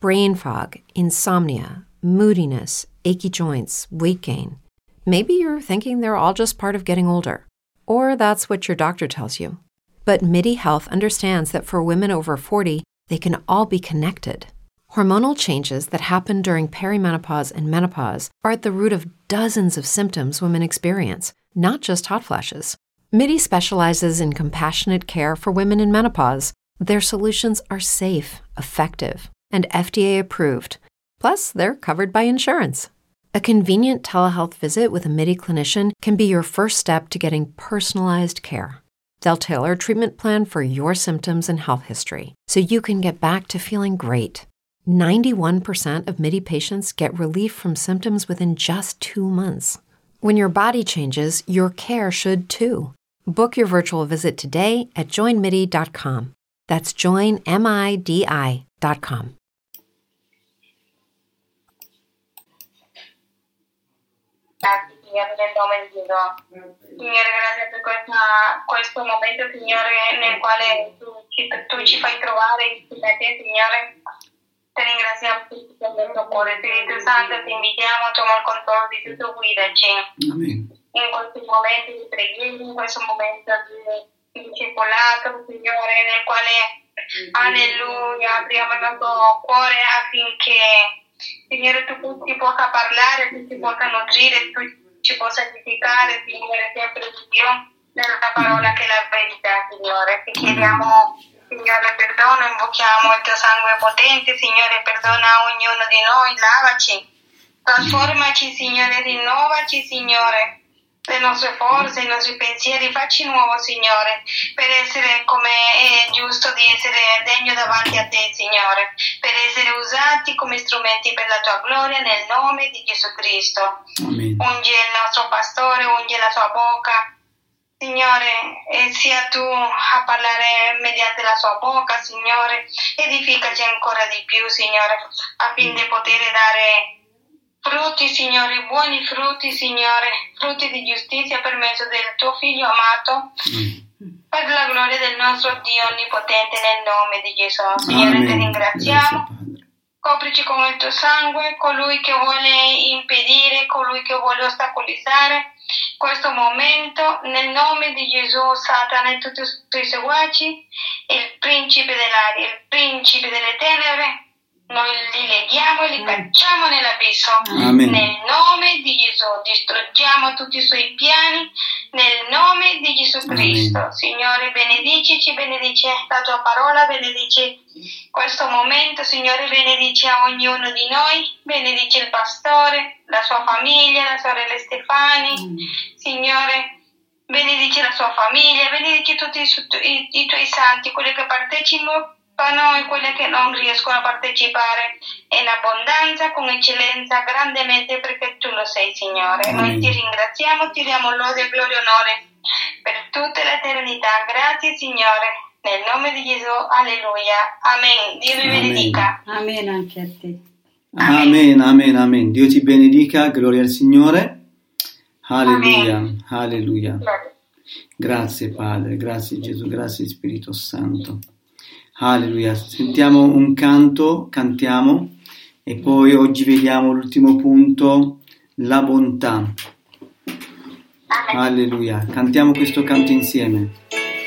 brain fog, insomnia, moodiness, achy joints, weight gain. Maybe you're thinking they're all just part of getting older, or that's what your doctor tells you. But MIDI Health understands that for women over 40, they can all be connected. Hormonal changes that happen during perimenopause and menopause are at the root of dozens of symptoms women experience, not just hot flashes. MIDI specializes in compassionate care for women in menopause. Their solutions are safe, effective, and FDA approved. Plus, they're covered by insurance. A convenient telehealth visit with a MIDI clinician can be your first step to getting personalized care. They'll tailor a treatment plan for your symptoms and health history so you can get back to feeling great. 91% of MIDI patients get relief from symptoms within just 2 months. When your body changes, your care should too. Book your virtual visit today at joinmidi.com. That's joinmidi.com. Signore, nel nome di Gesù. Signore, grazie per questo momento, Signore, nel quale tu ci fai trovare insieme a te, Signore. Ti ringraziamo per tutto il nostro cuore. Spirito Santo, ti invitiamo a tomare il controllo di tutto, guidaci. Amen. In questo momento di preghiera, in questo momento di discepolato, Signore, nel quale, alleluia, apriamo il nostro cuore affinché, Signore, tu ti possa parlare, tu ti possa nutrire, tu ci possa edificare, Signore, sempre di più nella parola che è la verità, Signore. Ti chiediamo, Signore, perdono, invochiamo il tuo sangue potente, Signore, perdona ognuno di noi, lavaci, trasformaci, Signore, rinnovaci, Signore, le nostre forze, i nostri pensieri, facci nuovo, Signore, per essere come è giusto di essere degno davanti a te, Signore, per essere usati come strumenti per la tua gloria nel nome di Gesù Cristo. Amen. Ungi il nostro pastore, ungi la sua bocca, Signore, e sia tu a parlare mediante la sua bocca, Signore, edificaci ancora di più, Signore, affinché poter dare frutti, Signore, buoni frutti, Signore, frutti di giustizia per mezzo del tuo Figlio amato, per la gloria del nostro Dio Onnipotente, nel nome di Gesù. Signore, Amen. ti ringraziamo. Grazie, Padre. Coprici con il tuo sangue, colui che vuole impedire, colui che vuole ostacolizzare questo momento, nel nome di Gesù. Satana e tutti i suoi seguaci, il principe dell'aria, il principe delle tenebre, noi li leghiamo e li cacciamo nell'abisso. Amen. Nel nome di Gesù distruggiamo tutti i suoi piani, nel nome di Gesù Cristo. Amen. Signore, benedicici, benedice la tua parola, benedice questo momento, Signore, benedice a ognuno di noi, benedice il pastore, la sua famiglia, la sorella Stefani, Signore, benedice la sua famiglia, benedice tutti i tuoi santi, quelli che partecipano e quelli che non riescono a partecipare in abbondanza, con eccellenza, grandemente, perché tu lo sei, Signore. Amen. Noi ti ringraziamo, ti diamo lode, gloria e onore per tutta l'eternità. Grazie, Signore. Nel nome di Gesù, alleluia. Amen. Dio vi Amen. benedica. Amen anche a te. Amen, amen, amen. Dio ti benedica, gloria al Signore. Alleluia, alleluia. Grazie Padre, grazie Gesù, grazie Spirito Santo. Alleluia. Sentiamo un canto, cantiamo e poi oggi vediamo l'ultimo punto, la bontà. Alleluia. Cantiamo questo canto insieme.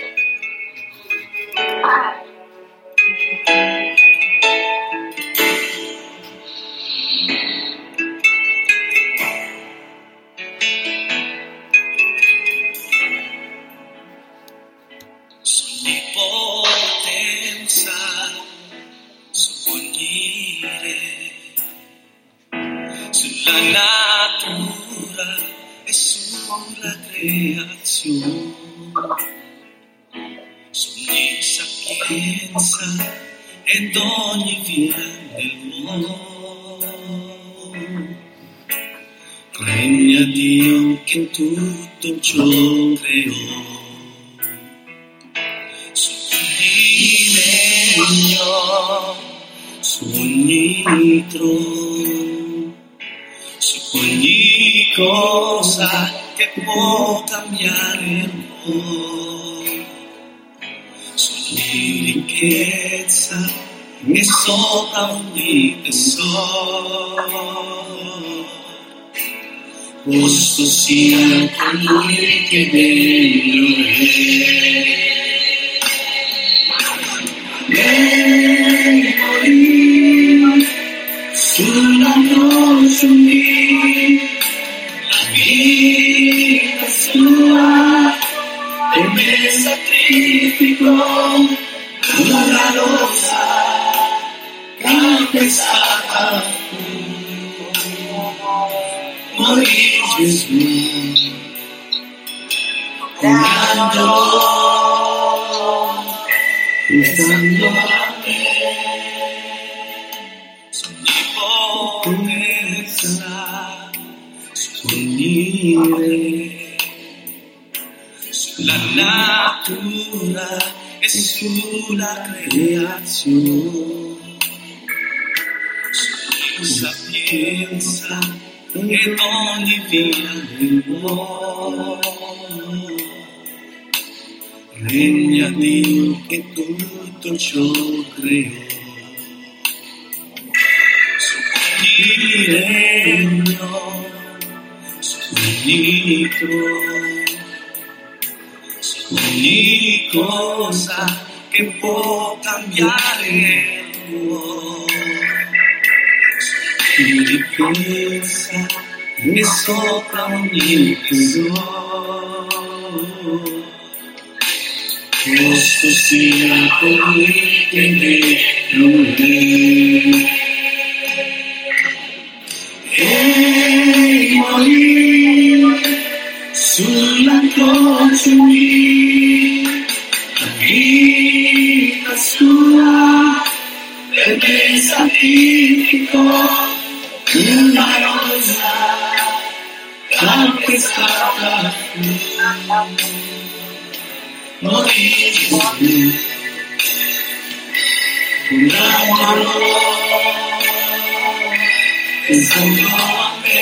Sulla natura e sulla creazione, sogni sapienza ed ogni via dell'uomo. Regna Dio che tutto ciò creò, su ogni regno, su ogni trono, su ogni cosa che può cambiare il mondo, su ogni ricchezza e sopra ogni tesoro. Posto sia colui che dentro è. Lei morì sulla croce unì la vita sua e me sacrificò una rosa calpestata fu. Morì Gesù, curandolo, stando a me, ogni potenza, su ogni re, sulla natura e sulla creazione, su sapienza ed ogni via dell'uomo. Regna Dio che tutto ciò creò. Su ogni regno, su ogni trono, su ogni cosa che può cambiare l'uomo. Di difesa e sopra ogni tesoro. Posto sia colui che non è. E morì sulla croce unì la vita sua per me sacrificò. Una rosa calpestata fu. Morì Gesù, curandolo, pensando a me.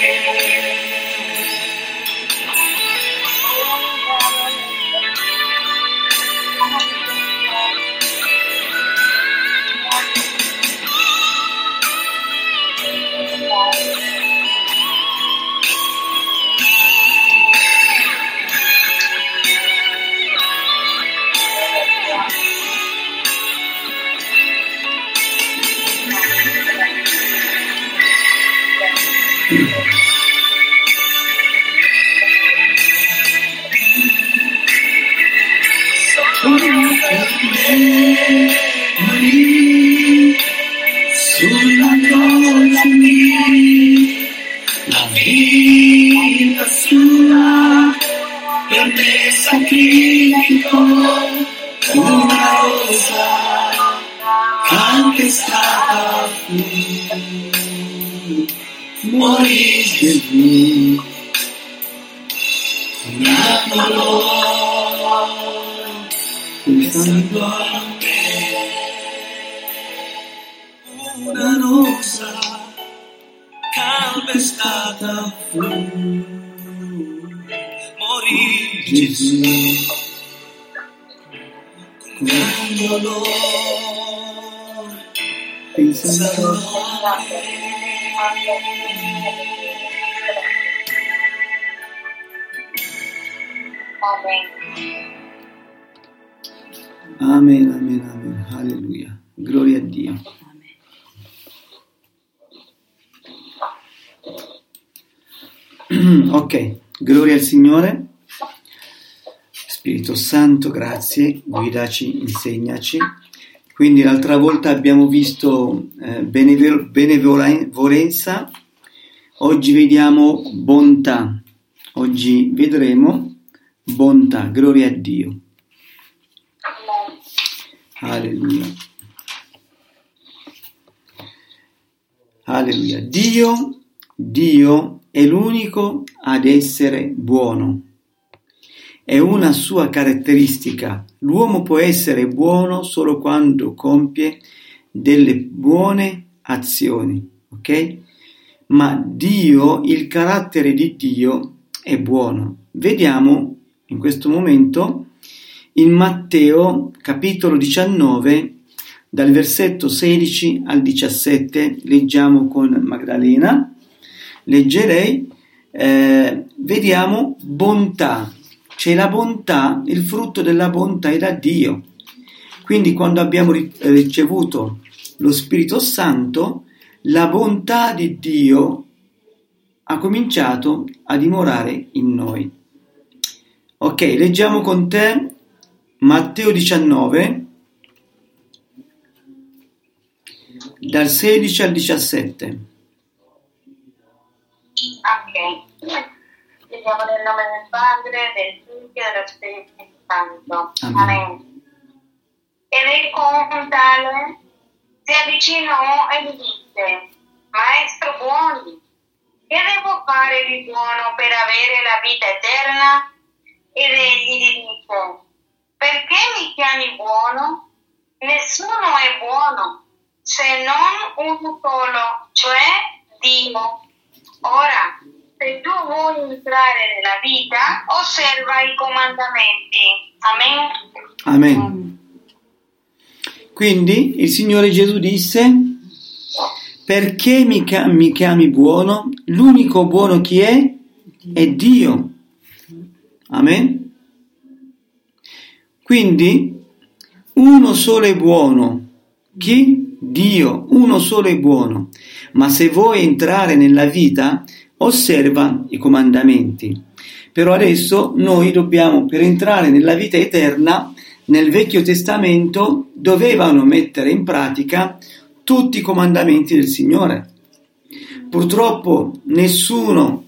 Sulla croce unì la vita sua per me sacrificò. Una rosa calpestata fu. Morì Gesù, curandolo, pensando a me. Una rosa calpestata fu. Morì Gesù, curandolo, pensando a me. Amen, amen, amen. Alleluia. Gloria a Dio. Ok, gloria al Signore. Spirito Santo, grazie, guidaci, insegnaci. Quindi l'altra volta abbiamo visto benevolenza, oggi vediamo bontà, oggi vedremo bontà, gloria a Dio. Alleluia. Alleluia. Dio è l'unico ad essere buono. È una sua caratteristica. L'uomo può essere buono solo quando compie delle buone azioni, ok? Ma Dio, il carattere di Dio è buono. Vediamo in questo momento in Matteo capitolo 19 dal versetto 16 al 17, leggiamo con Magdalena, leggerei, vediamo bontà, c'è la bontà, il frutto della bontà è da Dio. Quindi quando abbiamo ricevuto lo Spirito Santo, la bontà di Dio ha cominciato a dimorare in noi. Ok, leggiamo con te Matteo 19, dal 16 al 17. Ok. Leggiamo nel nome del Padre, del Figlio e dello Spirito Santo. Amen. Ed il contale si avvicinò e gli disse: Maestro buono, che devo fare di buono per avere la vita eterna? Ed egli gli disse: Perché mi chiami buono? Nessuno è buono, se non uno solo, cioè Dio. Ora, se tu vuoi entrare nella vita, osserva i comandamenti. Amen. Amen. Quindi il Signore Gesù disse: perché mi chiami buono? L'unico buono chi è? È Dio. Amen. Quindi uno solo è buono. Chi? Dio. Uno solo è buono. Ma se vuoi entrare nella vita, osserva i comandamenti. Però adesso noi dobbiamo, per entrare nella vita eterna, nel Vecchio Testamento dovevano mettere in pratica tutti i comandamenti del Signore. Purtroppo nessuno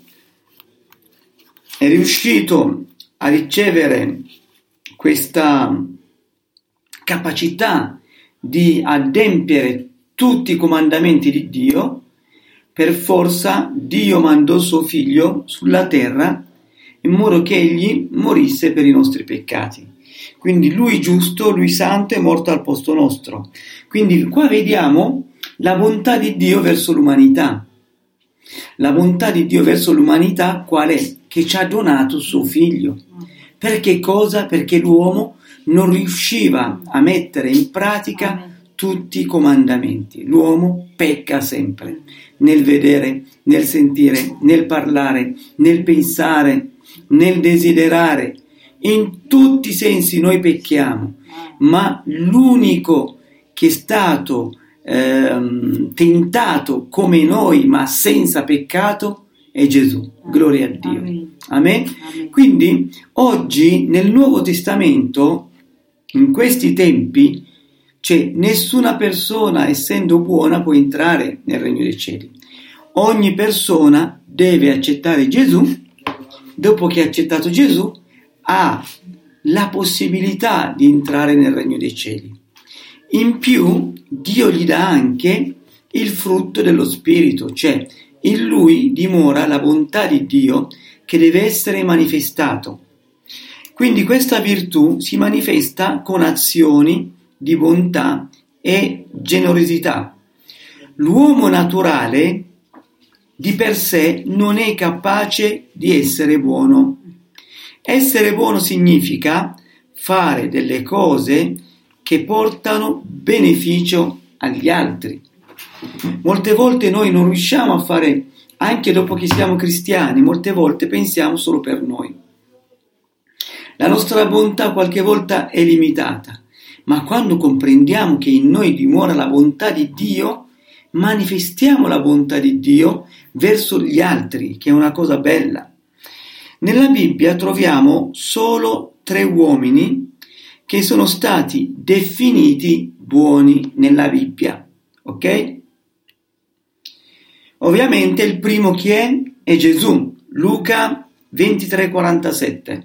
è riuscito a ricevere questa capacità di adempiere tutti i comandamenti di Dio. Per forza Dio mandò suo figlio sulla terra in modo che egli morisse per i nostri peccati. Quindi lui giusto, lui santo è morto al posto nostro. Quindi qua vediamo la bontà di Dio verso l'umanità. La bontà di Dio verso l'umanità qual è? Che ci ha donato suo figlio. Perché cosa? Perché l'uomo non riusciva a mettere in pratica tutti i comandamenti. L'uomo pecca sempre nel vedere, nel sentire, nel parlare, nel pensare, nel desiderare. In tutti i sensi noi pecchiamo, ma l'unico che è stato tentato come noi ma senza peccato è Gesù. Gloria a Dio. Amen. Amen. Quindi oggi nel Nuovo Testamento, in questi tempi, c'è nessuna persona essendo buona può entrare nel regno dei cieli. Ogni persona deve accettare Gesù. Dopo che ha accettato Gesù ha la possibilità di entrare nel regno dei cieli. In più Dio gli dà anche il frutto dello Spirito, cioè in lui dimora la bontà di Dio che deve essere manifestato. Quindi questa virtù si manifesta con azioni di bontà e generosità. L'uomo naturale di per sé non è capace di essere buono. Essere buono significa fare delle cose che portano beneficio agli altri. Molte volte noi non riusciamo a fare, anche dopo che siamo cristiani, molte volte pensiamo solo per noi. La nostra bontà qualche volta è limitata, ma quando comprendiamo che in noi dimora la bontà di Dio, manifestiamo la bontà di Dio verso gli altri, che è una cosa bella. Nella Bibbia troviamo solo 3 uomini che sono stati definiti buoni nella Bibbia, ok? Ovviamente il primo chi è? È Gesù, Luca 23,47.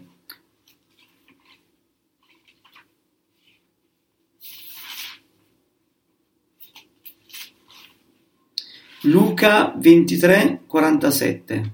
Luca 23,47.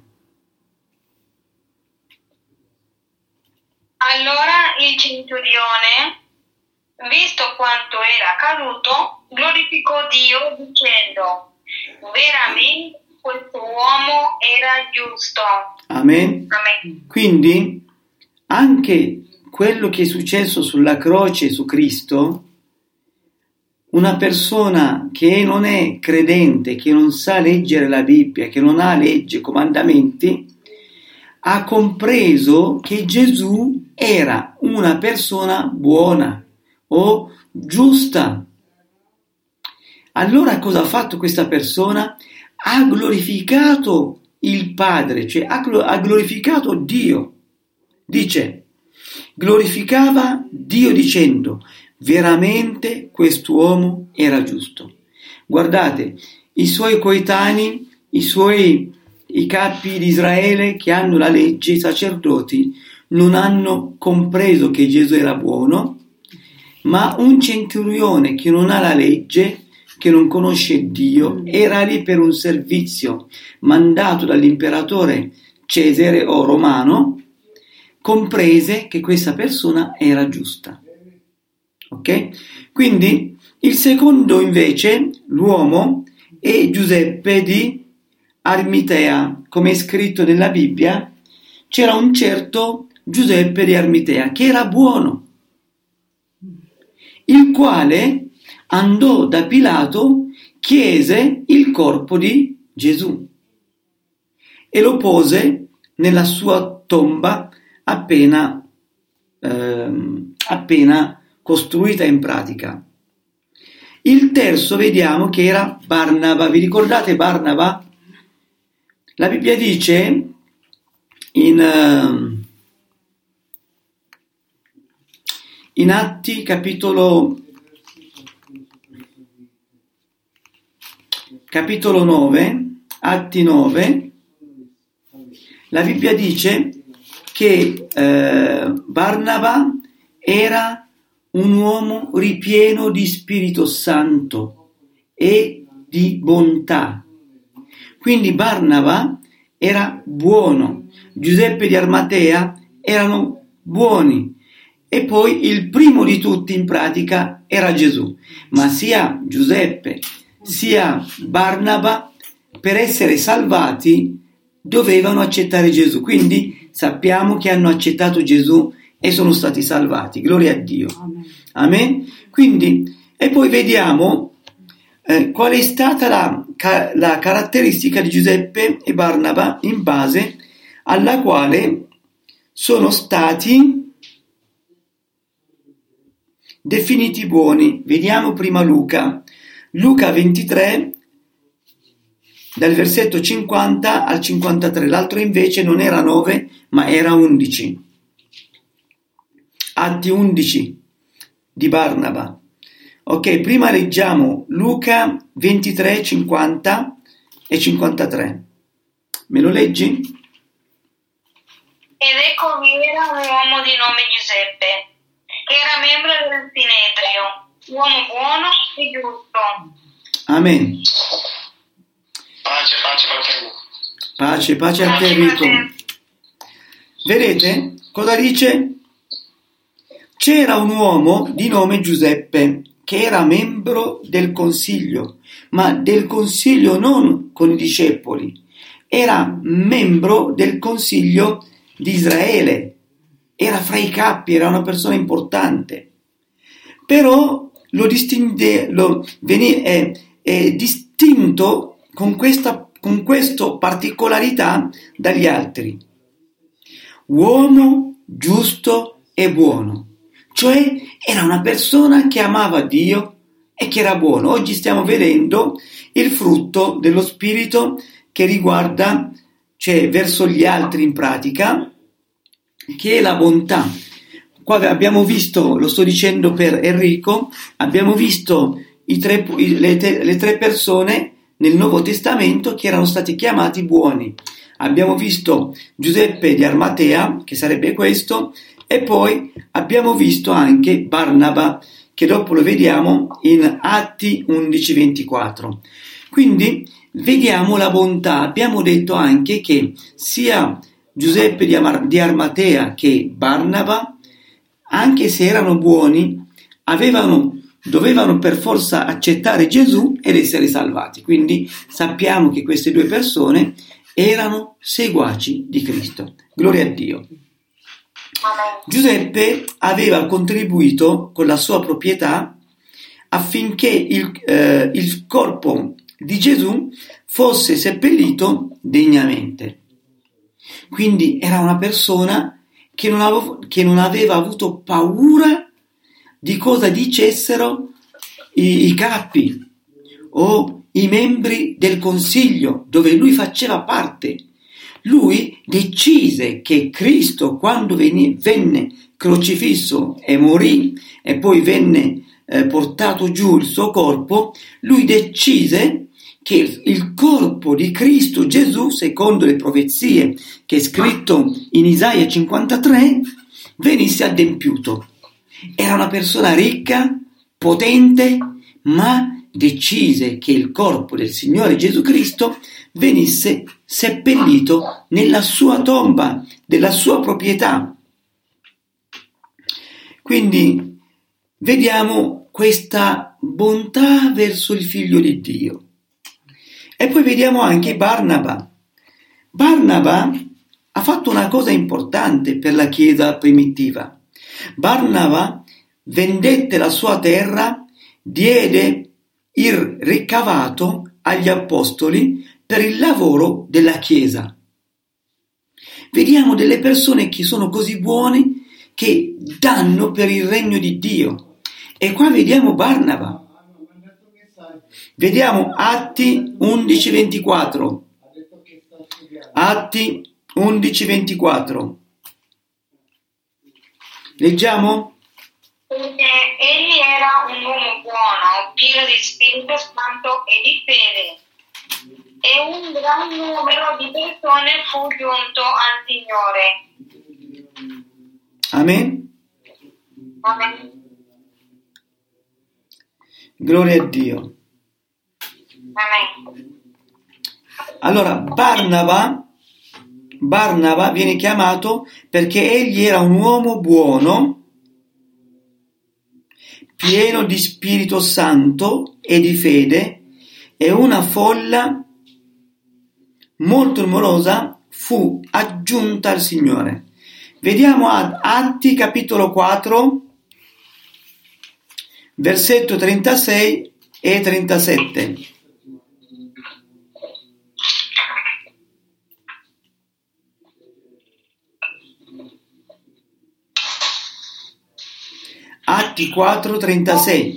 Allora il centurione, visto quanto era accaduto, glorificò Dio dicendo: veramente questo uomo era giusto. Amen. Amen. Quindi anche quello che è successo sulla croce su Cristo una persona che non è credente, che non sa leggere la Bibbia, che non ha legge, comandamenti, ha compreso che Gesù era una persona buona o giusta. Allora cosa ha fatto questa persona? Ha glorificato il Padre, cioè ha glorificato Dio. Dice, glorificava Dio dicendo, veramente quest'uomo era giusto. Guardate, i suoi coetanei, i capi di Israele che hanno la legge, i sacerdoti, non hanno compreso che Gesù era buono, ma un centurione che non ha la legge, che non conosce Dio, era lì per un servizio mandato dall'imperatore Cesare o romano, comprese che questa persona era giusta. Ok? Quindi il secondo invece, l'uomo, è Giuseppe di Arimatea. Come è scritto nella Bibbia, c'era un certo Giuseppe di Arimatea che era buono, il quale andò da Pilato, chiese il corpo di Gesù e lo pose nella sua tomba appena costruita in pratica. Il terzo vediamo che era Barnaba. Vi ricordate Barnaba? La Bibbia dice in Atti capitolo 9, Atti 9, la Bibbia dice che Barnaba era un uomo ripieno di Spirito Santo e di bontà. Quindi Barnaba era buono, Giuseppe di Arimatea erano buoni, e poi il primo di tutti in pratica era Gesù. Ma sia Giuseppe sia Barnaba, per essere salvati, dovevano accettare Gesù. Quindi sappiamo che hanno accettato Gesù e sono stati salvati. Gloria a Dio. Amen. Quindi, e poi vediamo qual è stata la caratteristica di Giuseppe e Barnaba in base alla quale sono stati definiti buoni. Vediamo prima Luca 23, dal versetto 50 al 53. L'altro invece non era 9, ma era 11. Atti 11 di Barnaba. Ok, prima leggiamo Luca 23, 50 e 53. Me lo leggi? Ed ecco vi era un uomo di nome Giuseppe, che era membro del Sinedrio, uomo buono e giusto. Amen. Pace a te, Enrico. Vedete cosa dice? C'era un uomo di nome Giuseppe che era membro del consiglio, ma del consiglio non con i discepoli, era membro del consiglio di Israele, era fra i capi, era una persona importante, però è distinto con questa particolarità dagli altri. Uomo giusto e buono, cioè era una persona che amava Dio e che era buono. Oggi stiamo vedendo il frutto dello Spirito che riguarda, cioè verso gli altri in pratica, che è la bontà. Qua abbiamo visto, lo sto dicendo per Enrico, abbiamo visto le tre persone nel Nuovo Testamento che erano stati chiamati buoni. Abbiamo visto Giuseppe di Arimatea, che sarebbe questo, e poi abbiamo visto anche Barnaba, che dopo lo vediamo in Atti 11-24. Quindi vediamo la bontà. Abbiamo detto anche che sia Giuseppe di Arimatea che Barnaba, anche se erano buoni, dovevano per forza accettare Gesù ed essere salvati. Quindi sappiamo che queste due persone erano seguaci di Cristo. Gloria a Dio. Giuseppe aveva contribuito con la sua proprietà affinché il corpo di Gesù fosse seppellito degnamente. Quindi era una persona che non aveva avuto paura di cosa dicessero i capi o i membri del consiglio dove lui faceva parte. Lui decise che Cristo, quando venne crocifisso e morì e poi venne portato giù il suo corpo, lui decise che il corpo di Cristo Gesù, secondo le profezie che è scritto in Isaia 53, venisse adempiuto. Era una persona ricca, potente, ma decise che il corpo del Signore Gesù Cristo venisse seppellito nella sua tomba, della sua proprietà. Quindi vediamo questa bontà verso il Figlio di Dio. E poi vediamo anche Barnaba. Barnaba ha fatto una cosa importante per la Chiesa primitiva. Barnaba vendette la sua terra, diede il ricavato agli apostoli per il lavoro della Chiesa. Vediamo delle persone che sono così buone che danno per il regno di Dio. E qua vediamo Barnaba. Vediamo Atti 11:24. Atti 11:24. Leggiamo? Egli era un uomo buono, pieno di Spirito Santo e di fede, e un gran numero di persone fu giunto al Signore. Amen? Amen. Gloria a Dio. Amen. Allora, Barnaba viene chiamato perché egli era un uomo buono, pieno di Spirito Santo e di fede, e una folla molto numerosa fu aggiunta al Signore. Vediamo Atti capitolo 4, versetto 36 e 37. Atti 4, 36.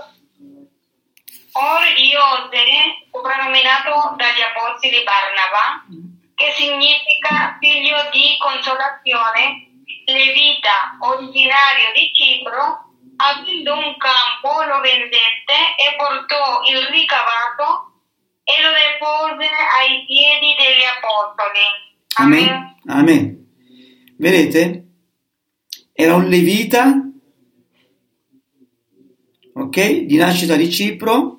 Or Iosere, soprannominato dagli apostoli Barnaba, che significa figlio di consolazione, levita, originario di Cipro, avendo un campo lo vendette e portò il ricavato e lo depose ai piedi degli apostoli. Amen. Amen. Vedete? Era un levita, ok, di nascita di Cipro,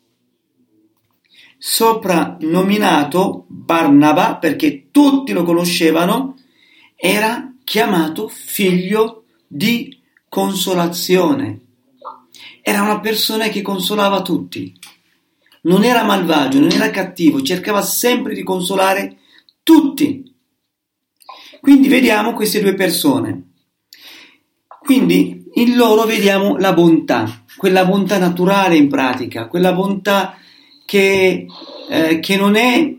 soprannominato Barnaba perché tutti lo conoscevano, era chiamato figlio di consolazione. Era una persona che consolava tutti, non era malvagio, non era cattivo, cercava sempre di consolare tutti. Quindi vediamo queste due persone. Quindi in loro vediamo la bontà, quella bontà naturale in pratica, quella bontà che non è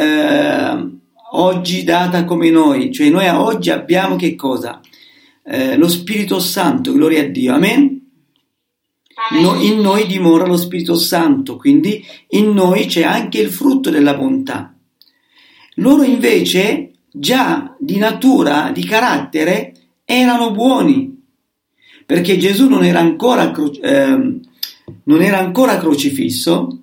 oggi data come noi, cioè noi oggi abbiamo che cosa? Lo Spirito Santo, gloria a Dio, amen? In noi dimora lo Spirito Santo, quindi in noi c'è anche il frutto della bontà. Loro invece già di natura, di carattere, erano buoni, perché Gesù non era ancora crocifisso.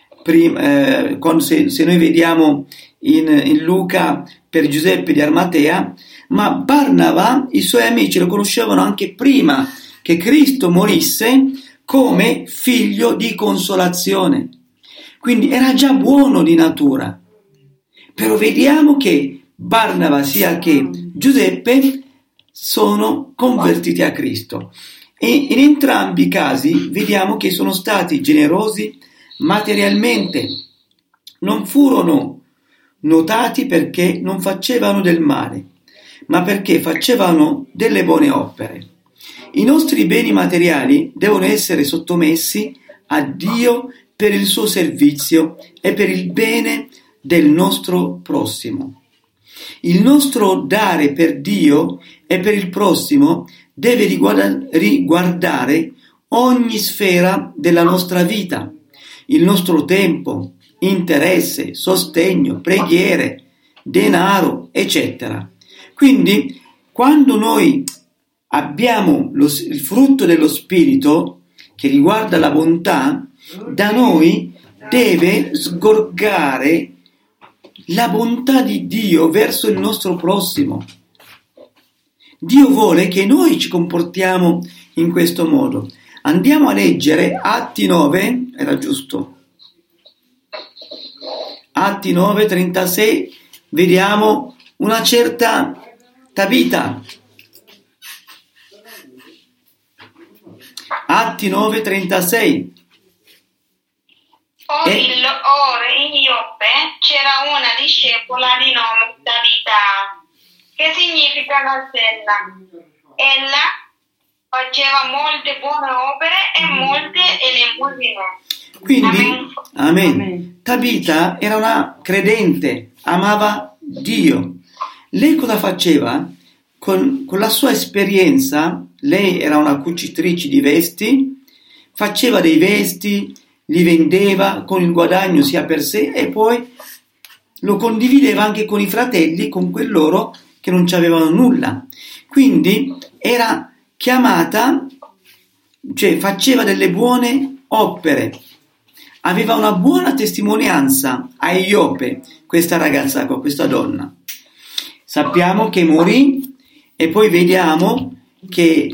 Se noi vediamo in Luca per Giuseppe di Arimatea, ma Barnaba, i suoi amici lo conoscevano anche prima che Cristo morisse come figlio di consolazione, quindi era già buono di natura. Però vediamo che Barnaba sia che Giuseppe sono convertiti a Cristo, e in entrambi i casi vediamo che sono stati generosi materialmente, non furono notati perché non facevano del male, ma perché facevano delle buone opere. I nostri beni materiali devono essere sottomessi a Dio per il suo servizio e per il bene del nostro prossimo. Il nostro dare per Dio e per il prossimo deve riguardare ogni sfera della nostra vita, il nostro tempo, interesse, sostegno, preghiere, denaro, eccetera. Quindi, quando noi abbiamo il frutto dello Spirito, che riguarda la bontà, da noi deve sgorgare la bontà di Dio verso il nostro prossimo. Dio vuole che noi ci comportiamo in questo modo. Andiamo a leggere Atti 9, era giusto? Atti 9, 36, vediamo una certa Tabita. Atti 9, 36. Ora in Ioppe c'era una discepola di nome Tabita, che significa gazzella. Ella faceva molte buone opere e molte elemosine. Quindi, amen. Tabita era una credente, amava Dio. Lei cosa faceva? Con la sua esperienza, lei era una cucitrice di vesti, faceva dei vesti, li vendeva con il guadagno sia per sé e poi lo condivideva anche con i fratelli, con loro che non avevano nulla. Quindi era chiamata, cioè faceva delle buone opere. Aveva una buona testimonianza a Ioppe, questa ragazza qua, questa donna. Sappiamo che morì e poi vediamo che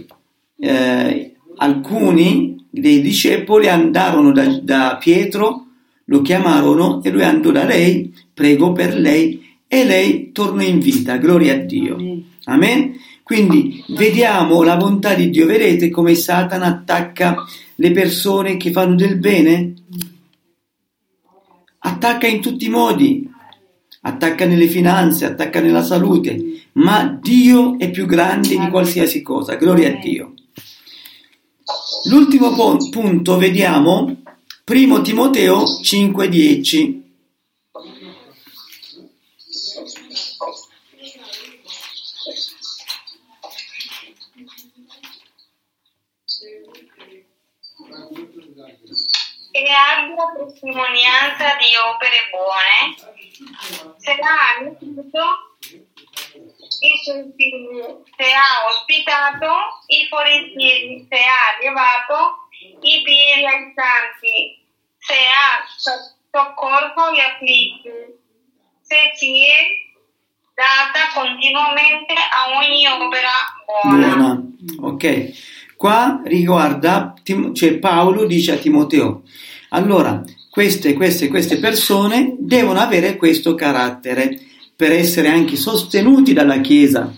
alcuni dei discepoli andarono da Pietro, lo chiamarono e lui andò da lei, pregò per lei e lei tornò in vita, gloria a Dio. Amen? Quindi vediamo la bontà di Dio, vedete come Satana attacca le persone che fanno del bene? Attacca in tutti i modi, attacca nelle finanze, attacca nella salute, ma Dio è più grande di qualsiasi cosa, gloria a Dio. L'ultimo punto vediamo 1 Timoteo 5,10. E abbia testimonianza di opere buone, se ha aiutato i suoi figli, se ha ospitato i forestieri, se ha levato i piedi ai santi, se ha soccorso gli afflitti, se si è data continuamente a ogni opera buona. Ok, qua riguarda, cioè Paolo dice a Timoteo, allora queste persone devono avere questo carattere per essere anche sostenuti dalla Chiesa.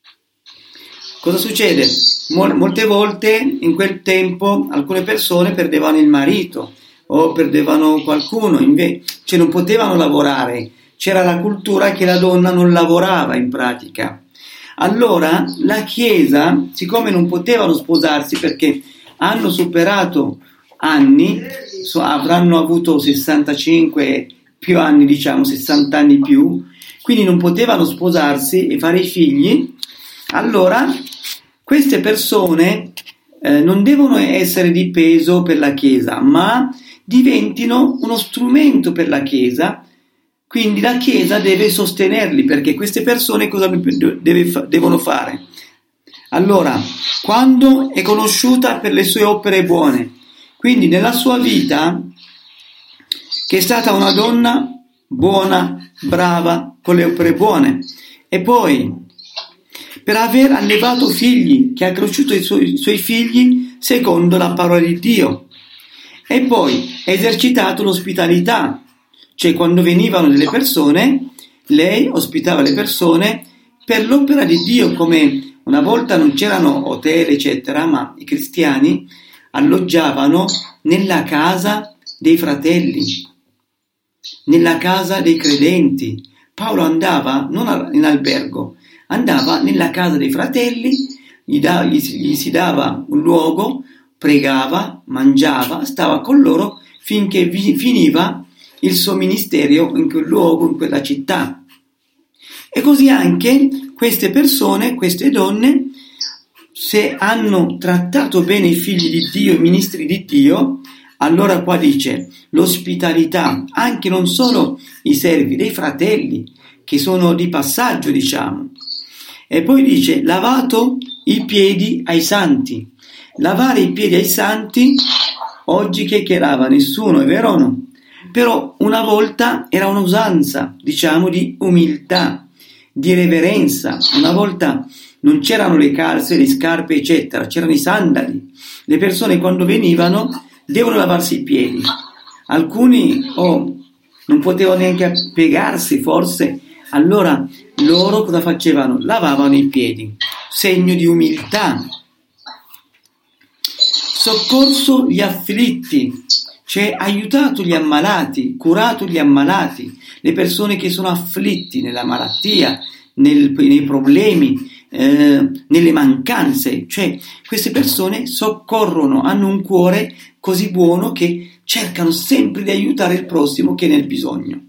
Cosa succede? Molte volte in quel tempo alcune persone perdevano il marito o perdevano qualcuno, cioè non potevano lavorare, c'era la cultura che la donna non lavorava in pratica. Allora la Chiesa, siccome non potevano sposarsi perché hanno superato anni, avranno avuto 65 più anni, diciamo 60 anni più, quindi non potevano sposarsi e fare i figli, allora queste persone non devono essere di peso per la Chiesa, ma diventino uno strumento per la Chiesa. Quindi la Chiesa deve sostenerli, perché queste persone cosa devono fare? Allora, quando è conosciuta per le sue opere buone, quindi nella sua vita, che è stata una donna buona, brava, con le opere buone, e poi per aver allevato figli, che ha cresciuto i suoi figli secondo la parola di Dio, e poi esercitato l'ospitalità, cioè quando venivano delle persone, lei ospitava le persone per l'opera di Dio, come una volta non c'erano hotel eccetera, ma i cristiani alloggiavano nella casa dei fratelli, nella casa dei credenti. Paolo andava non in albergo, andava nella casa dei fratelli, gli si dava un luogo, pregava, mangiava, stava con loro finché finiva il suo ministero in quel luogo, in quella città. E così anche queste persone, queste donne, se hanno trattato bene i figli di Dio, i ministri di Dio, allora qua dice l'ospitalità, anche non solo i servi, dei fratelli che sono di passaggio, diciamo. E poi dice lavato i piedi ai santi. Lavare i piedi ai santi, oggi che lava? Nessuno, è vero o no? Però una volta era un'usanza, diciamo, di umiltà, di reverenza. Una volta non c'erano le calze, le scarpe, eccetera, c'erano i sandali. Le persone quando venivano devono lavarsi i piedi. Alcuni non potevano neanche piegarsi, forse. Allora loro cosa facevano? Lavavano i piedi, segno di umiltà. Soccorso gli afflitti, cioè aiutato gli ammalati, curato gli ammalati, le persone che sono afflitti nella malattia, nei problemi, nelle mancanze, cioè queste persone soccorrono, hanno un cuore così buono che cercano sempre di aiutare il prossimo che è nel bisogno.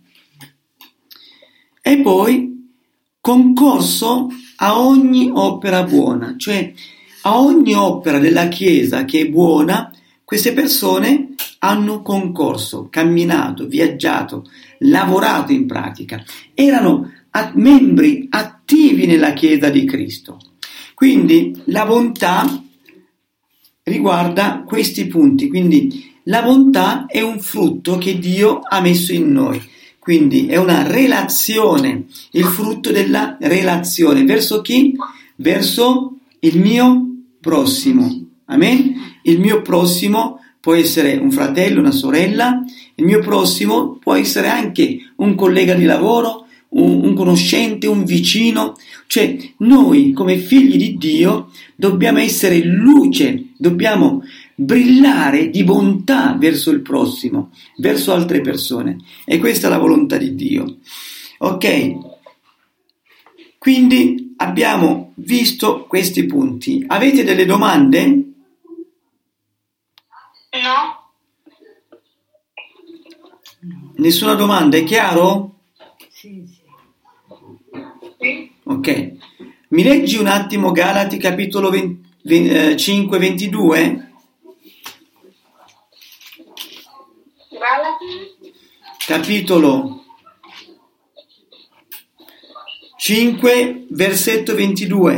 E poi concorso a ogni opera buona, cioè a ogni opera della Chiesa che è buona, queste persone hanno concorso, camminato, viaggiato, lavorato in pratica, erano membri attivi nella Chiesa di Cristo. Quindi la bontà riguarda questi punti, quindi la bontà è un frutto che Dio ha messo in noi, quindi è una relazione, il frutto della relazione, verso chi? Verso il mio prossimo, amen? Il mio prossimo può essere un fratello, una sorella, il mio prossimo può essere anche un collega di lavoro, un conoscente, un vicino, cioè noi come figli di Dio dobbiamo essere luce, dobbiamo brillare di bontà verso il prossimo, verso altre persone, e questa è la volontà di Dio. Ok? Quindi abbiamo visto questi punti. Avete delle domande? No. Nessuna domanda, è chiaro? Sì. Ok. Mi leggi un attimo Galati capitolo 5, 22? Galati? Capitolo 5, versetto 22.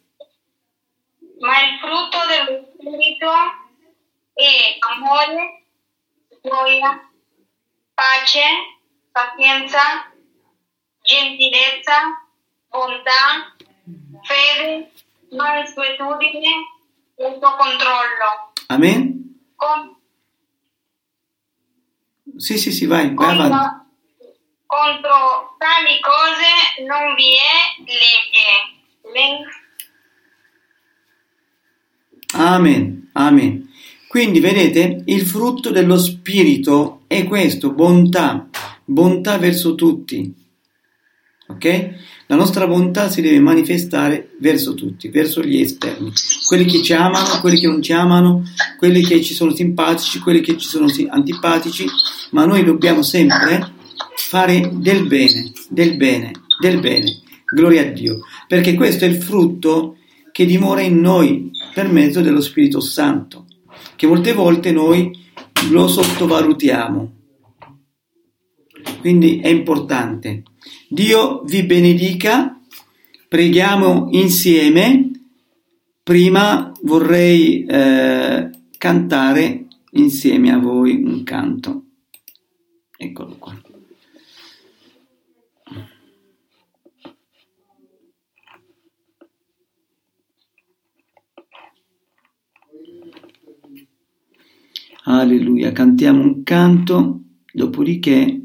Ma il frutto dello Spirito è amore, gioia, pace, pazienza, gentilezza, bontà, fede, mansuetudine, autocontrollo. Amen? Sì, vai avanti. Contro tali cose non vi è legge. Amen. Quindi vedete, il frutto dello Spirito è questo, bontà verso tutti. Ok? La nostra bontà si deve manifestare verso tutti, verso gli esterni, quelli che ci amano, quelli che non ci amano, quelli che ci sono simpatici, quelli che ci sono antipatici, ma noi dobbiamo sempre fare del bene. Gloria a Dio, perché questo è il frutto che dimora in noi per mezzo dello Spirito Santo, che molte volte noi lo sottovalutiamo. Quindi è importante. Dio vi benedica. Preghiamo insieme. Prima vorrei cantare insieme a voi un canto. Eccolo qua. Alleluia, cantiamo un canto, dopodiché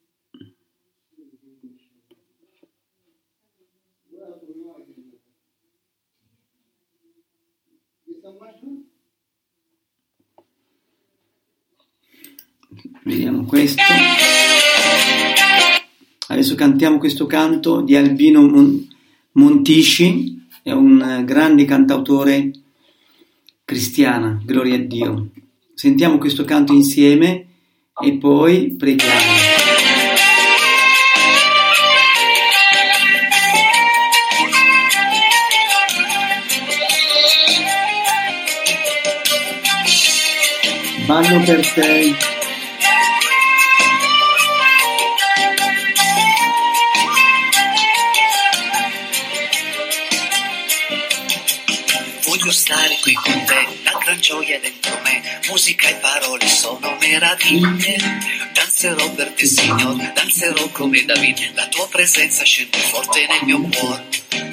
vediamo questo. Adesso cantiamo questo canto di Albino Montisci, è un grande cantautore cristiano, gloria a Dio. sentiamo questo canto insieme e poi preghiamo. Ballo per te. Voglio stare qui con te, la gran gioia dentro me, musica e parole sono meraviglie. Danzerò per te, Signore, danzerò come Davide, la tua presenza scende forte nel mio cuore.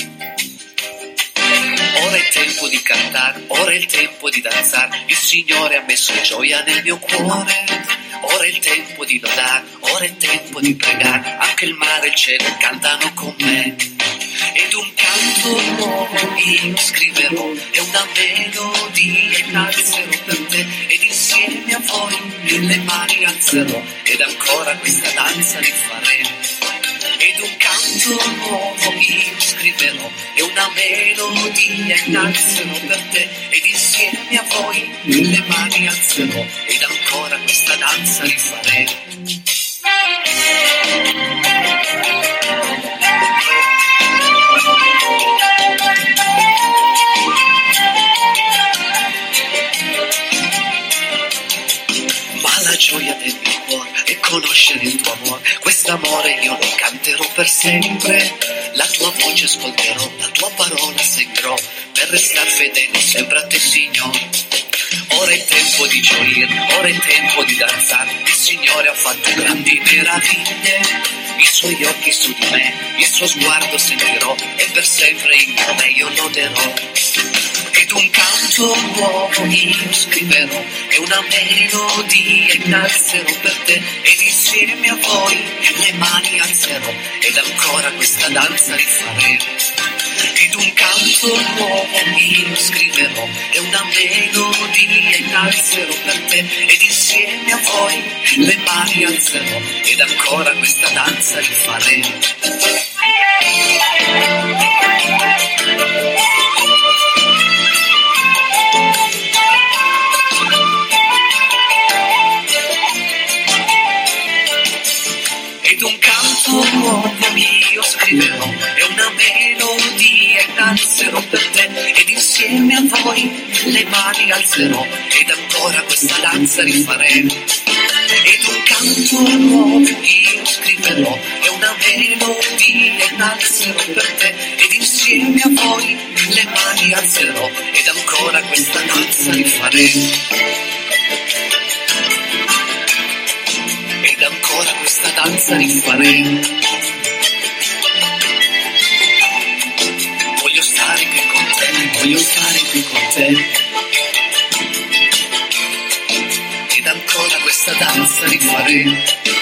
Ora è tempo di cantare, ora è il tempo di danzare, il Signore ha messo gioia nel mio cuore. Ora è il tempo di lodare, ora è il tempo di pregare, anche il mare e il cielo cantano con me. Ed un canto nuovo io scriverò, e una melodia innalzerò per te, ed insieme a voi le mani alzerò, ed ancora questa danza rifaremo. Ed un canto nuovo io scriverò, e una melodia innalzerò per te, ed insieme a voi le mani alzerò, ed ancora questa danza rifaremo. Ma la gioia del mio cuore è conoscere il tuo amore, quest'amore io lo canterò per sempre. La tua voce ascolterò, la tua parola seguirò, per restare fedele sempre a te, Signore. Ora è tempo di gioire, ora è tempo di danzare, il Signore ha fatto grandi meraviglie. I suoi occhi su di me, il suo sguardo sentirò, e per sempre in me io loderò. Ed un canto nuovo io scriverò, e una melodia innalzerò per te, ed insieme a voi le mani alzerò, ed ancora questa danza rifaremo. Ed un canto nuovo io scriverò, e una melodia innalzerò per te, ed insieme a voi le mani alzerò, ed ancora questa danza rifaremo. Ed un canto nuovo io scriverò, e una melodia innalzerò per te, ed insieme a voi le mani alzerò, ed ancora questa danza rifaremo. Ed un canto nuovo io scriverò, e una melodia innalzerò per te, ed insieme a voi le mani alzerò, ed ancora questa danza rifaremo. Ed ancora questa danza rifaremo. Voglio stare qui con te, voglio stare qui con te. Ed ancora questa danza rifaremo.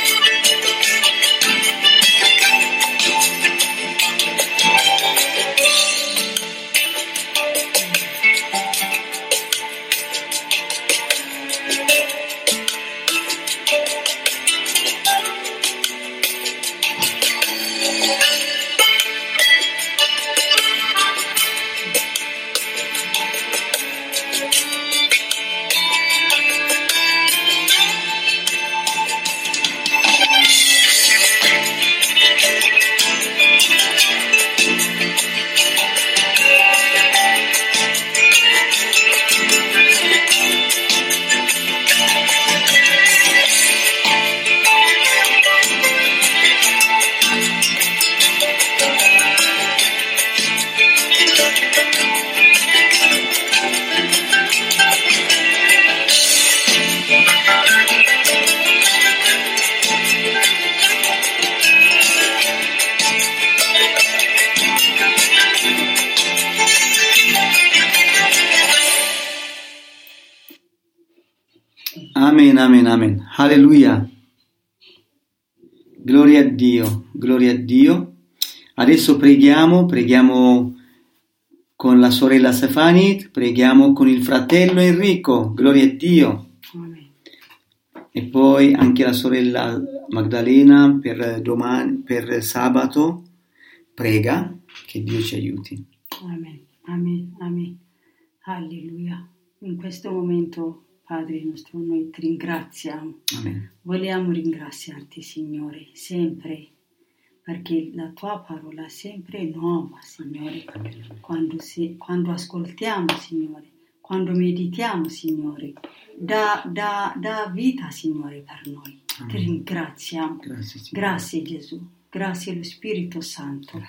Amen, amen, amen. Alleluia. Gloria a Dio, gloria a Dio. Adesso preghiamo con la sorella Stefanit, preghiamo con il fratello Enrico, gloria a Dio. Amen. E poi anche la sorella Magdalena per domani, per sabato, prega che Dio ci aiuti. Amen, amen, amen. Alleluia. In questo momento, Padre nostro, noi ti ringraziamo. Amen. Vogliamo ringraziarti, Signore, sempre, perché la tua parola è sempre nuova, Signore. Quando ascoltiamo, Signore, quando meditiamo, Signore, dà vita, Signore, per noi. Amen. Ti ringraziamo. Grazie, Signore. Grazie, Gesù. Grazie allo Spirito Santo.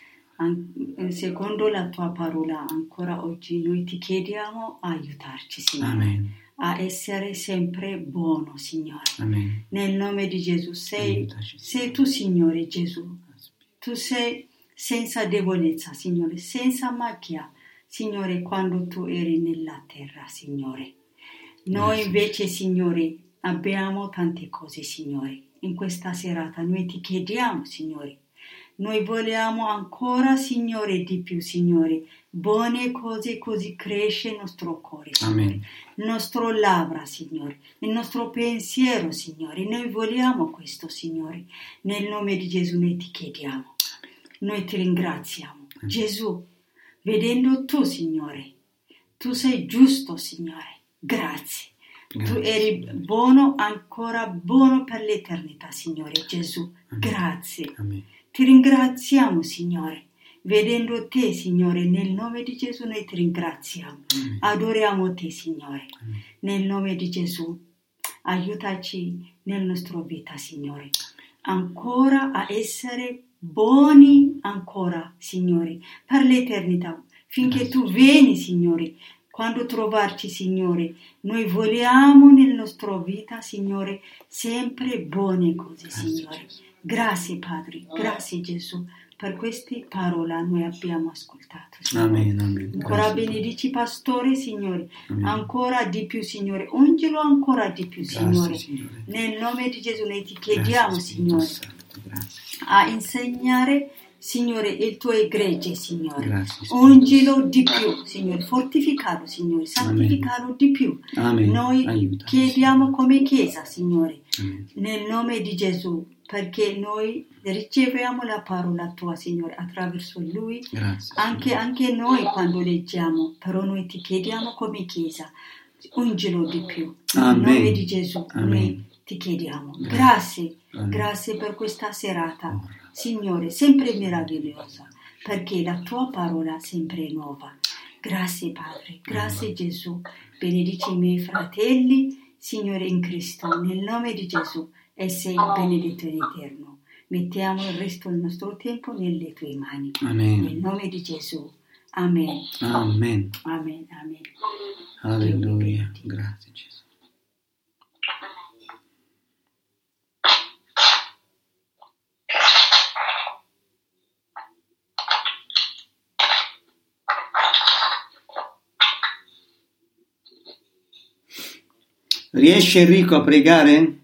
Secondo la tua parola, ancora oggi noi ti chiediamo aiutarci, Signore. Amen. A essere sempre buono, Signore. Amen. Nel nome di Gesù, sei Aiutaci, tu, Signore Gesù. Tu sei senza debolezza, Signore, senza macchia, Signore, quando tu eri nella terra, Signore. Noi invece, Signore, abbiamo tante cose, Signore. In questa serata noi ti chiediamo, Signore. Noi vogliamo ancora, Signore, di più, Signore. Buone cose, così cresce il nostro cuore, Signore. Amen. Il nostro labbra, Signore. Il nostro pensiero, Signore. Noi vogliamo questo, Signore. Nel nome di Gesù noi ti chiediamo. Noi ti ringraziamo. Gesù, vedendo tu, Signore, tu sei giusto, Signore. Grazie. Tu eri buono, ancora buono per l'eternità, Signore Gesù. Grazie. Amen. Ti ringraziamo, Signore. Vedendo te, Signore, nel nome di Gesù noi ti ringraziamo. Amen. Adoriamo te, Signore. Amen. Nel nome di Gesù, aiutaci nella nostra vita, Signore. Ancora a essere buoni, ancora, Signore, per l'eternità. Finché tu vieni, Signore. Quando trovarci, Signore, noi vogliamo nella nostra vita, Signore, sempre buone cose, Signore. Grazie, Padre. Grazie, Gesù. Per queste parole noi abbiamo ascoltato, Signore. Amen, amen. Ancora Grazie. benedici pastore, Signore. Amen. Ancora di più, Signore. Ungilo ancora di più, Grazie, Signore. Signore. Nel nome di Gesù noi ti chiediamo, Grazie, Spirito Signore, Santo. Grazie. a insegnare, Signore, il tuo egregio, Signore. Grazie, Spirito Ungilo di più, Signore. Fortificarlo, Signore. Santificarlo di più. Amen. Noi Aiutaci, chiediamo come Chiesa, Signore, Amen. nel nome di Gesù, perché noi riceviamo la parola tua, Signore, attraverso Lui. Grazie. Anche noi quando leggiamo, però noi ti chiediamo come Chiesa, ungilo di più. Nel Amen. nome di Gesù, Amen. noi ti chiediamo. Grazie, Amen. grazie per questa serata, Signore, sempre meravigliosa, perché la tua parola sempre è nuova. Grazie, Padre, grazie Gesù. Benedici i miei fratelli, Signore, in Cristo, nel nome di Gesù, e sei benedetto in eterno. Mettiamo il resto del nostro tempo nelle tue mani. Amen. Nel nome di Gesù. Amen. Amen. Amen. Amen. Alleluia. Grazie, Gesù. Riesce Enrico a pregare?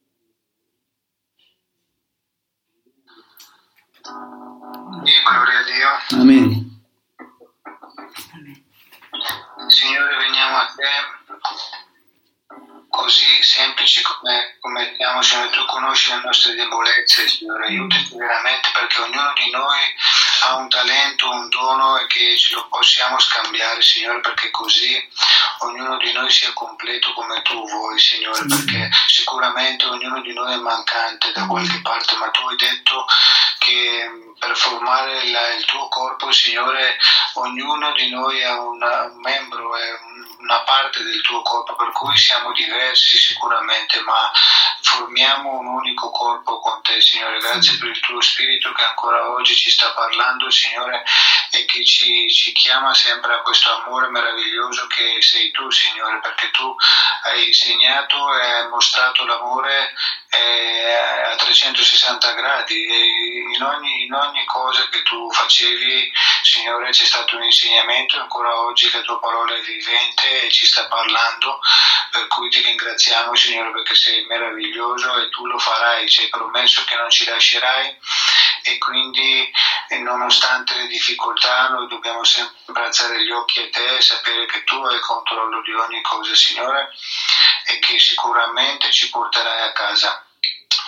Gloria a Dio. Amen. Amen. Signore, veniamo a te così semplici come siamo, Signore. Tu conosci le nostre debolezze, Signore. Aiutaci veramente, perché ognuno di noi ha un talento, un dono, e che ce lo possiamo scambiare, Signore, perché così ognuno di noi sia completo come tu vuoi, Signore, perché sicuramente ognuno di noi è mancante da qualche parte, ma tu hai detto che per formare il tuo corpo, Signore, ognuno di noi è un membro, è una parte del tuo corpo, per cui siamo diversi sicuramente, ma formiamo un unico corpo con te, Signore. Grazie per il tuo Spirito che ancora oggi ci sta parlando, Signore, e che ci chiama sempre a questo amore meraviglioso che sei tu, Signore, perché tu hai insegnato e hai mostrato l'amore a 360 gradi, e in ogni cosa che tu facevi, Signore, c'è stato un insegnamento, e ancora oggi la tua parola è vivente e ci sta parlando, per cui ti ringraziamo, Signore, perché sei meraviglioso e tu lo farai, ci hai promesso che non ci lascerai, e quindi nonostante le difficoltà noi dobbiamo sempre alzare gli occhi a te e sapere che tu hai il controllo di ogni cosa, Signore, e che sicuramente ci porterai a casa.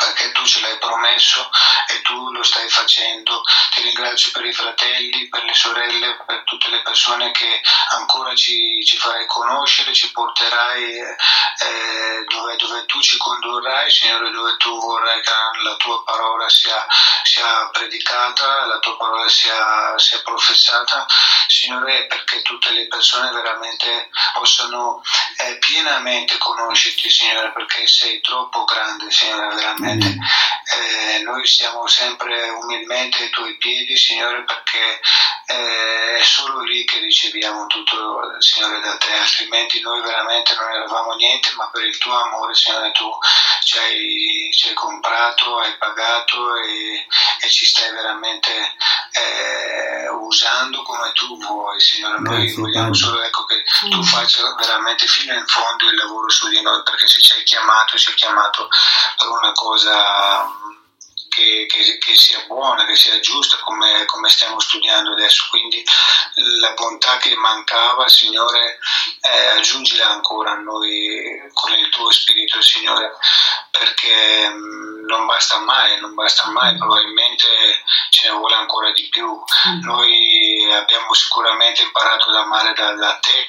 perché tu ce l'hai promesso e tu lo stai facendo. Ti ringrazio per i fratelli, per le sorelle, per tutte le persone che ancora ci farai conoscere, ci porterai dove tu ci condurrai, Signore, dove tu vorrai che la tua parola sia predicata, la tua parola sia professata, Signore, perché tutte le persone veramente possano pienamente conoscerti, Signore, perché sei troppo grande, Signore, veramente. Noi siamo sempre umilmente ai tuoi piedi, Signore, perché è solo lì che riceviamo tutto, Signore, da te, altrimenti noi veramente non eravamo niente, ma per il tuo amore, Signore, tu ci hai comprato, hai pagato e ci stai veramente usando come tu vuoi, Signore. Noi vogliamo solo che tu faccia veramente fino in fondo il lavoro su di noi, perché se ci hai chiamato per una cosa che sia buona, che sia giusta, come stiamo studiando adesso. Quindi la bontà che mancava, Signore, aggiungila ancora a noi con il tuo Spirito, Signore, perché non basta mai, probabilmente ce ne vuole ancora di più. Noi abbiamo sicuramente imparato ad amare da te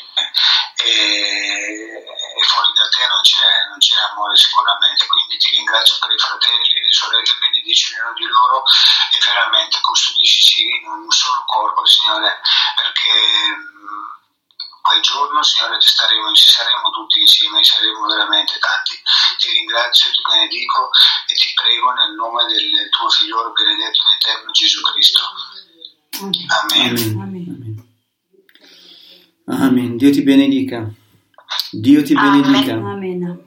e fuori da te non c'è amore sicuramente, quindi ti ringrazio per i fratelli e le sorelle, benedici ognuno di loro e veramente custodisci in un solo corpo, Signore, perché quel giorno, Signore, ci saremo tutti insieme, saremo veramente tanti. Ti ringrazio, ti benedico e ti prego nel nome del tuo figliolo benedetto in eterno Gesù Cristo. Amen. Amen. Dio ti benedica. Dio ti benedica. Amen.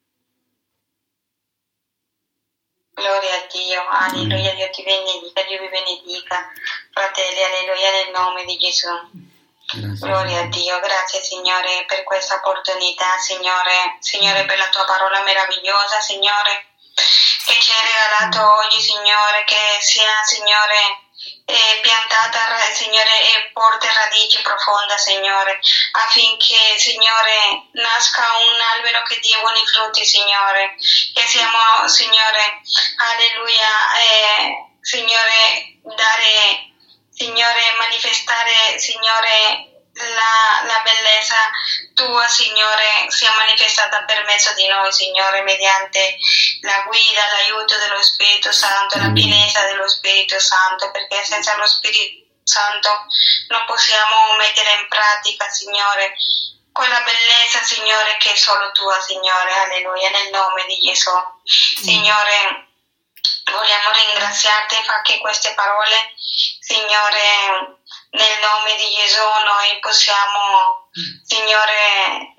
Gloria a Dio, alleluia, Dio ti benedica, Dio vi benedica, fratelli, alleluia, nel nome di Gesù. Grazie. Gloria a Dio, grazie Signore per questa opportunità, Signore per la tua parola meravigliosa, Signore, che ci hai regalato oggi, Signore, che sia, Signore, piantata, Signore, e porti radici profonde, Signore, affinché, Signore, nasca un albero che dia buoni frutti, Signore, che siamo, Signore, alleluia, Signore, dare, Signore, manifestare, Signore, la bellezza tua, Signore, sia manifestata per mezzo di noi, Signore, mediante la guida, l'aiuto dello Spirito Santo, la pienezza dello Spirito Santo, perché senza lo Spirito Santo non possiamo mettere in pratica, Signore, quella bellezza, Signore, che è solo tua, Signore, alleluia, nel nome di Gesù. Signore, vogliamo ringraziarti perché queste parole, Signore, nel nome di Gesù noi possiamo, Signore,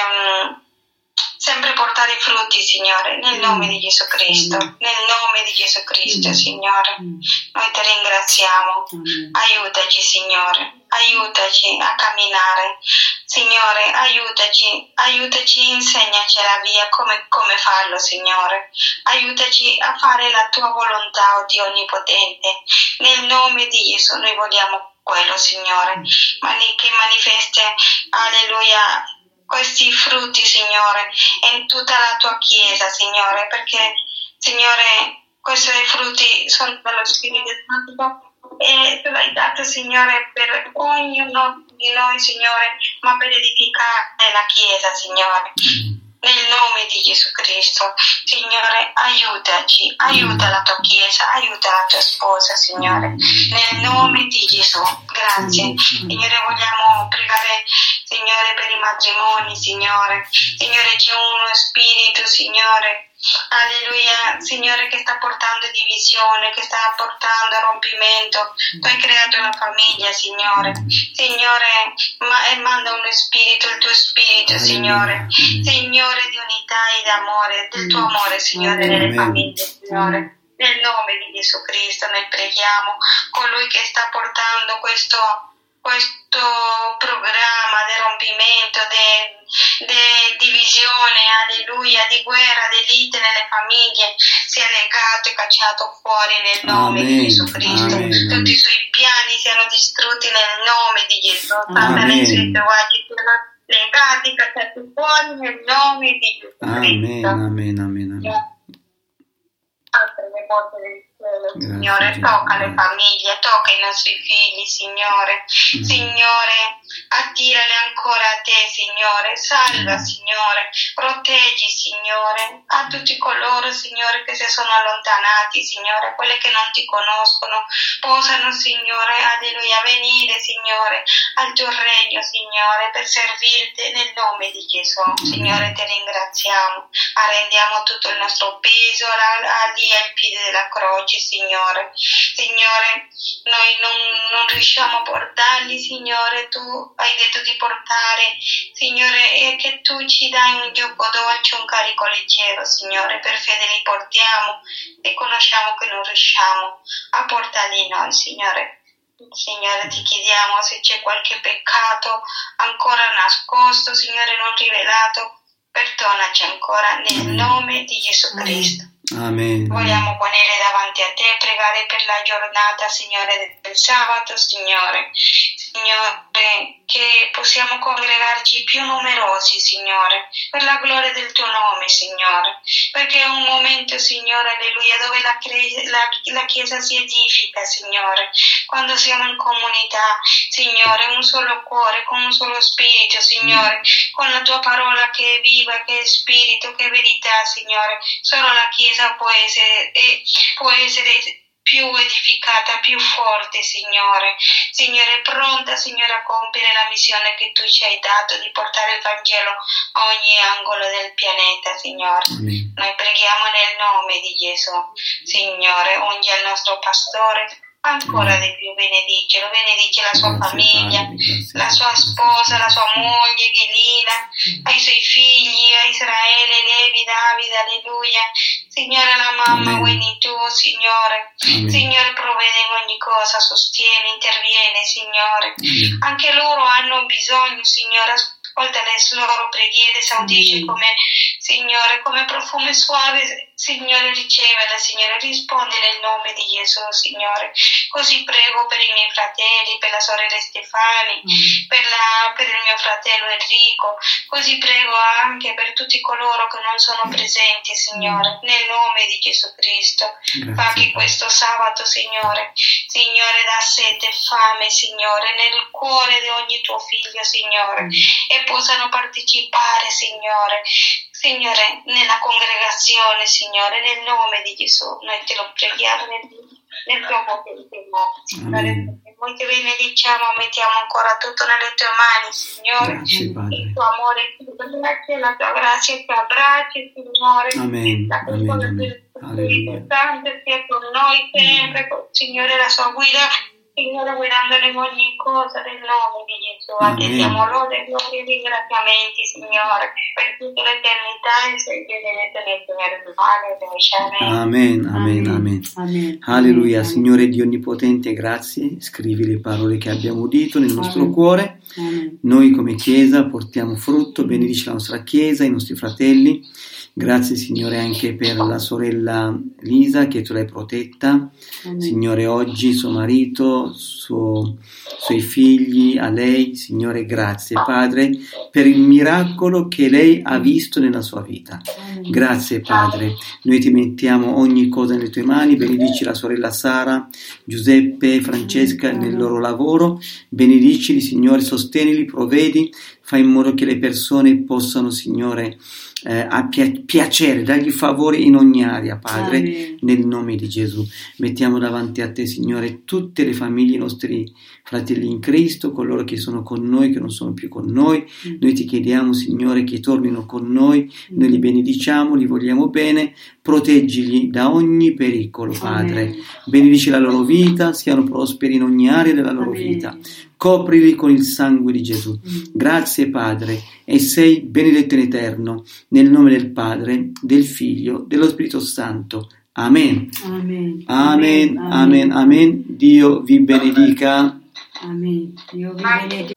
sempre portare i frutti, Signore, nel nome di Gesù Cristo, nel nome di Gesù Cristo, Signore. Noi ti ringraziamo. Aiutaci, Signore, aiutaci a camminare. Signore, aiutaci, insegnaci la via come farlo, Signore. Aiutaci a fare la tua volontà, oh Dio Onnipotente. Nel nome di Gesù noi vogliamo quello, Signore, che manifesti, alleluia, questi frutti, Signore, in tutta la tua Chiesa, Signore, perché, Signore, questi frutti sono dello Spirito Santo e tu l'hai dato, Signore, per ognuno di noi, Signore, ma per edificare la Chiesa, Signore. Nel nome di Gesù Cristo, Signore, aiutaci, aiuta la tua Chiesa, aiuta la tua sposa, Signore, nel nome di Gesù. Grazie. Signore, vogliamo pregare, Signore, per i matrimoni, Signore. Signore, c'è uno spirito, Signore, alleluia, Signore, che sta portando divisione, che sta portando rompimento. Tu hai creato una famiglia, Signore. Signore, manda uno spirito, il tuo spirito, Signore. Signore, di unità e di amore, del tuo amore, Signore, nelle famiglie, Signore. Nel nome di Gesù Cristo noi preghiamo colui che sta portando questo programma di rompimento, di divisione, alleluia, di guerra, di lite nelle famiglie, sia legato e cacciato fuori nel nome di Gesù Cristo. Tutti i suoi piani siano distrutti nel nome di Gesù. I suoi seguaci siano legati, cacciati fuori nel nome di Gesù Cristo. Amen. Apri le porte del cielo, Grazie, Signore, Gesù, tocca le grazie. famiglie, tocca i nostri figli, Signore. Signore, attirali ancora a te, Signore. Salva, Signore. Proteggi, Signore. A tutti coloro, Signore, che si sono allontanati, Signore, quelle che non ti conoscono, possano, Signore, alleluia, venire, Signore, al tuo regno, Signore, per servirti nel nome di Gesù. Signore, ti ringraziamo. Arrendiamo tutto il nostro peso lì al piede della croce, Signore. Signore, noi non riusciamo a portarli, Signore, tu hai detto di portare, Signore, e che tu ci dai un gioco dolce, un carico leggero, Signore. Per fede li portiamo e conosciamo che non riusciamo a portarli noi, Signore. Signore, ti chiediamo se c'è qualche peccato ancora nascosto, Signore, non rivelato, perdonaci ancora nel nome di Gesù Cristo. Amen. Vogliamo ponere davanti a te, pregare per la giornata, Signore, del sabato, Signore, che possiamo congregarci più numerosi, Signore, per la gloria del tuo nome, Signore, perché è un momento, Signore, alleluia, dove la Chiesa si edifica, Signore, quando siamo in comunità, Signore, un solo cuore, con un solo spirito, Signore, con la tua parola che è viva, che è spirito, che è verità, Signore. Solo la Chiesa può essere più edificata, più forte, Signore. Signore, pronta, Signore, a compiere la missione che tu ci hai dato di portare il Vangelo a ogni angolo del pianeta, Signore. Amen. Noi preghiamo nel nome di Gesù. Signore, ungi al nostro pastore, ancora di più benedice la sua Grazie, famiglia, Padre, grazie, la sua grazie, sposa, grazie. la sua moglie Ghelina, ai suoi figli, a Israele, Levi, Davide, alleluia. Signore, la mamma, Amen. Winnie tu, Signore. Amen. Signore, provvede in ogni cosa, sostiene, interviene, Signore. Amen. Anche loro hanno bisogno, Signore, ascolta le loro preghiere, saudisce come, Signore, come profumo suave, Signore, ricevela, Signore, risponde nel nome di Gesù, Signore. Così prego per i miei fratelli, per la sorella Stefani, per il mio fratello Enrico, così prego anche per tutti coloro che non sono presenti, Signore, nel nome di Gesù Cristo. Grazie, Fa che Padre. questo sabato, Signore, dà sete e fame, Signore, nel cuore di ogni tuo figlio, Signore, e possano partecipare, Signore, nella congregazione, Signore, nel nome di Gesù. Noi te lo preghiamo nel tuo potente nome, Signore. Amen. Noi ti benediciamo, mettiamo ancora tutto nelle tue mani, Signore. Grazie, Padre. Il tuo amore, la tua grazia ti abbracci, Signore. Amen. La tua Amen. parola Amen. del Alleluia. Spirito Santo sia con noi sempre, Signore, la sua guida, Signore, guidandole in ogni cosa nel nome di Gesù. A te Amen. diamo lode, gloria e ringraziamenti, Signore, per tutta l'eternità e se chiedete nel Signore. Amen. Amen, amen, amen. Amen. Alleluia, Amen. Signore Dio Onnipotente, grazie. Scrivi le parole che abbiamo udito nel nostro Amen. cuore. Amen. Noi come Chiesa portiamo frutto, benedici la nostra Chiesa, i nostri fratelli. Grazie Signore anche per la sorella Lisa che tu l'hai protetta. Amen. Signore, oggi suo marito, suoi figli, a lei, Signore, grazie Padre per il miracolo che lei ha visto nella sua vita. Amen. Grazie Padre, noi ti mettiamo ogni cosa nelle tue mani, benedici la sorella Sara, Giuseppe, Francesca nel loro lavoro, benedicili Signore, sostenili, provvedi, fai in modo che le persone possano, Signore, piacere, dargli favori in ogni area, Padre, Amen. nel nome di Gesù. Mettiamo davanti a te, Signore, tutte le famiglie, i nostri fratelli in Cristo, coloro che sono con noi, che non sono più con noi. Noi ti chiediamo, Signore, che tornino con noi, noi li benediciamo, li vogliamo bene, proteggili da ogni pericolo, Padre. Amen. Benedici la loro vita, siano prosperi in ogni area della loro Amen. vita. Coprili con il sangue di Gesù. Grazie Padre, e sei benedetto in eterno, nel nome del Padre, del Figlio, dello Spirito Santo. Amen. Amen. Amen, amen, amen. Dio vi benedica. Amen. Dio vi benedica.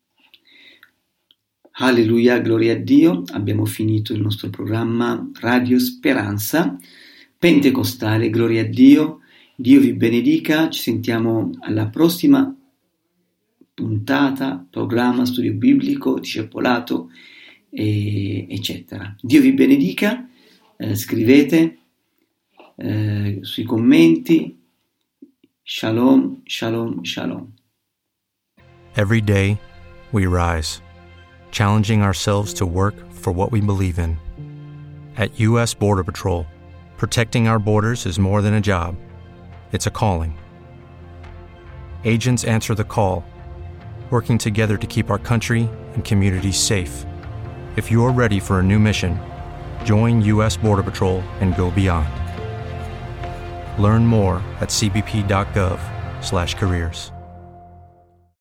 Alleluia, gloria a Dio. Abbiamo finito il nostro programma Radio Speranza Pentecostale. Gloria a Dio. Dio vi benedica. Ci sentiamo alla prossima puntata, programma, studio biblico, discepolato, eccetera. Dio vi benedica. Scrivete sui commenti. Shalom, shalom, shalom. Every day, we rise, challenging ourselves to work for what we believe in. At U.S. Border Patrol, protecting our borders is more than a job. It's a calling. Agents answer the call, working together to keep our country and communities safe. If you're ready for a new mission, join U.S. Border Patrol and go beyond. Learn more at cbp.gov/careers.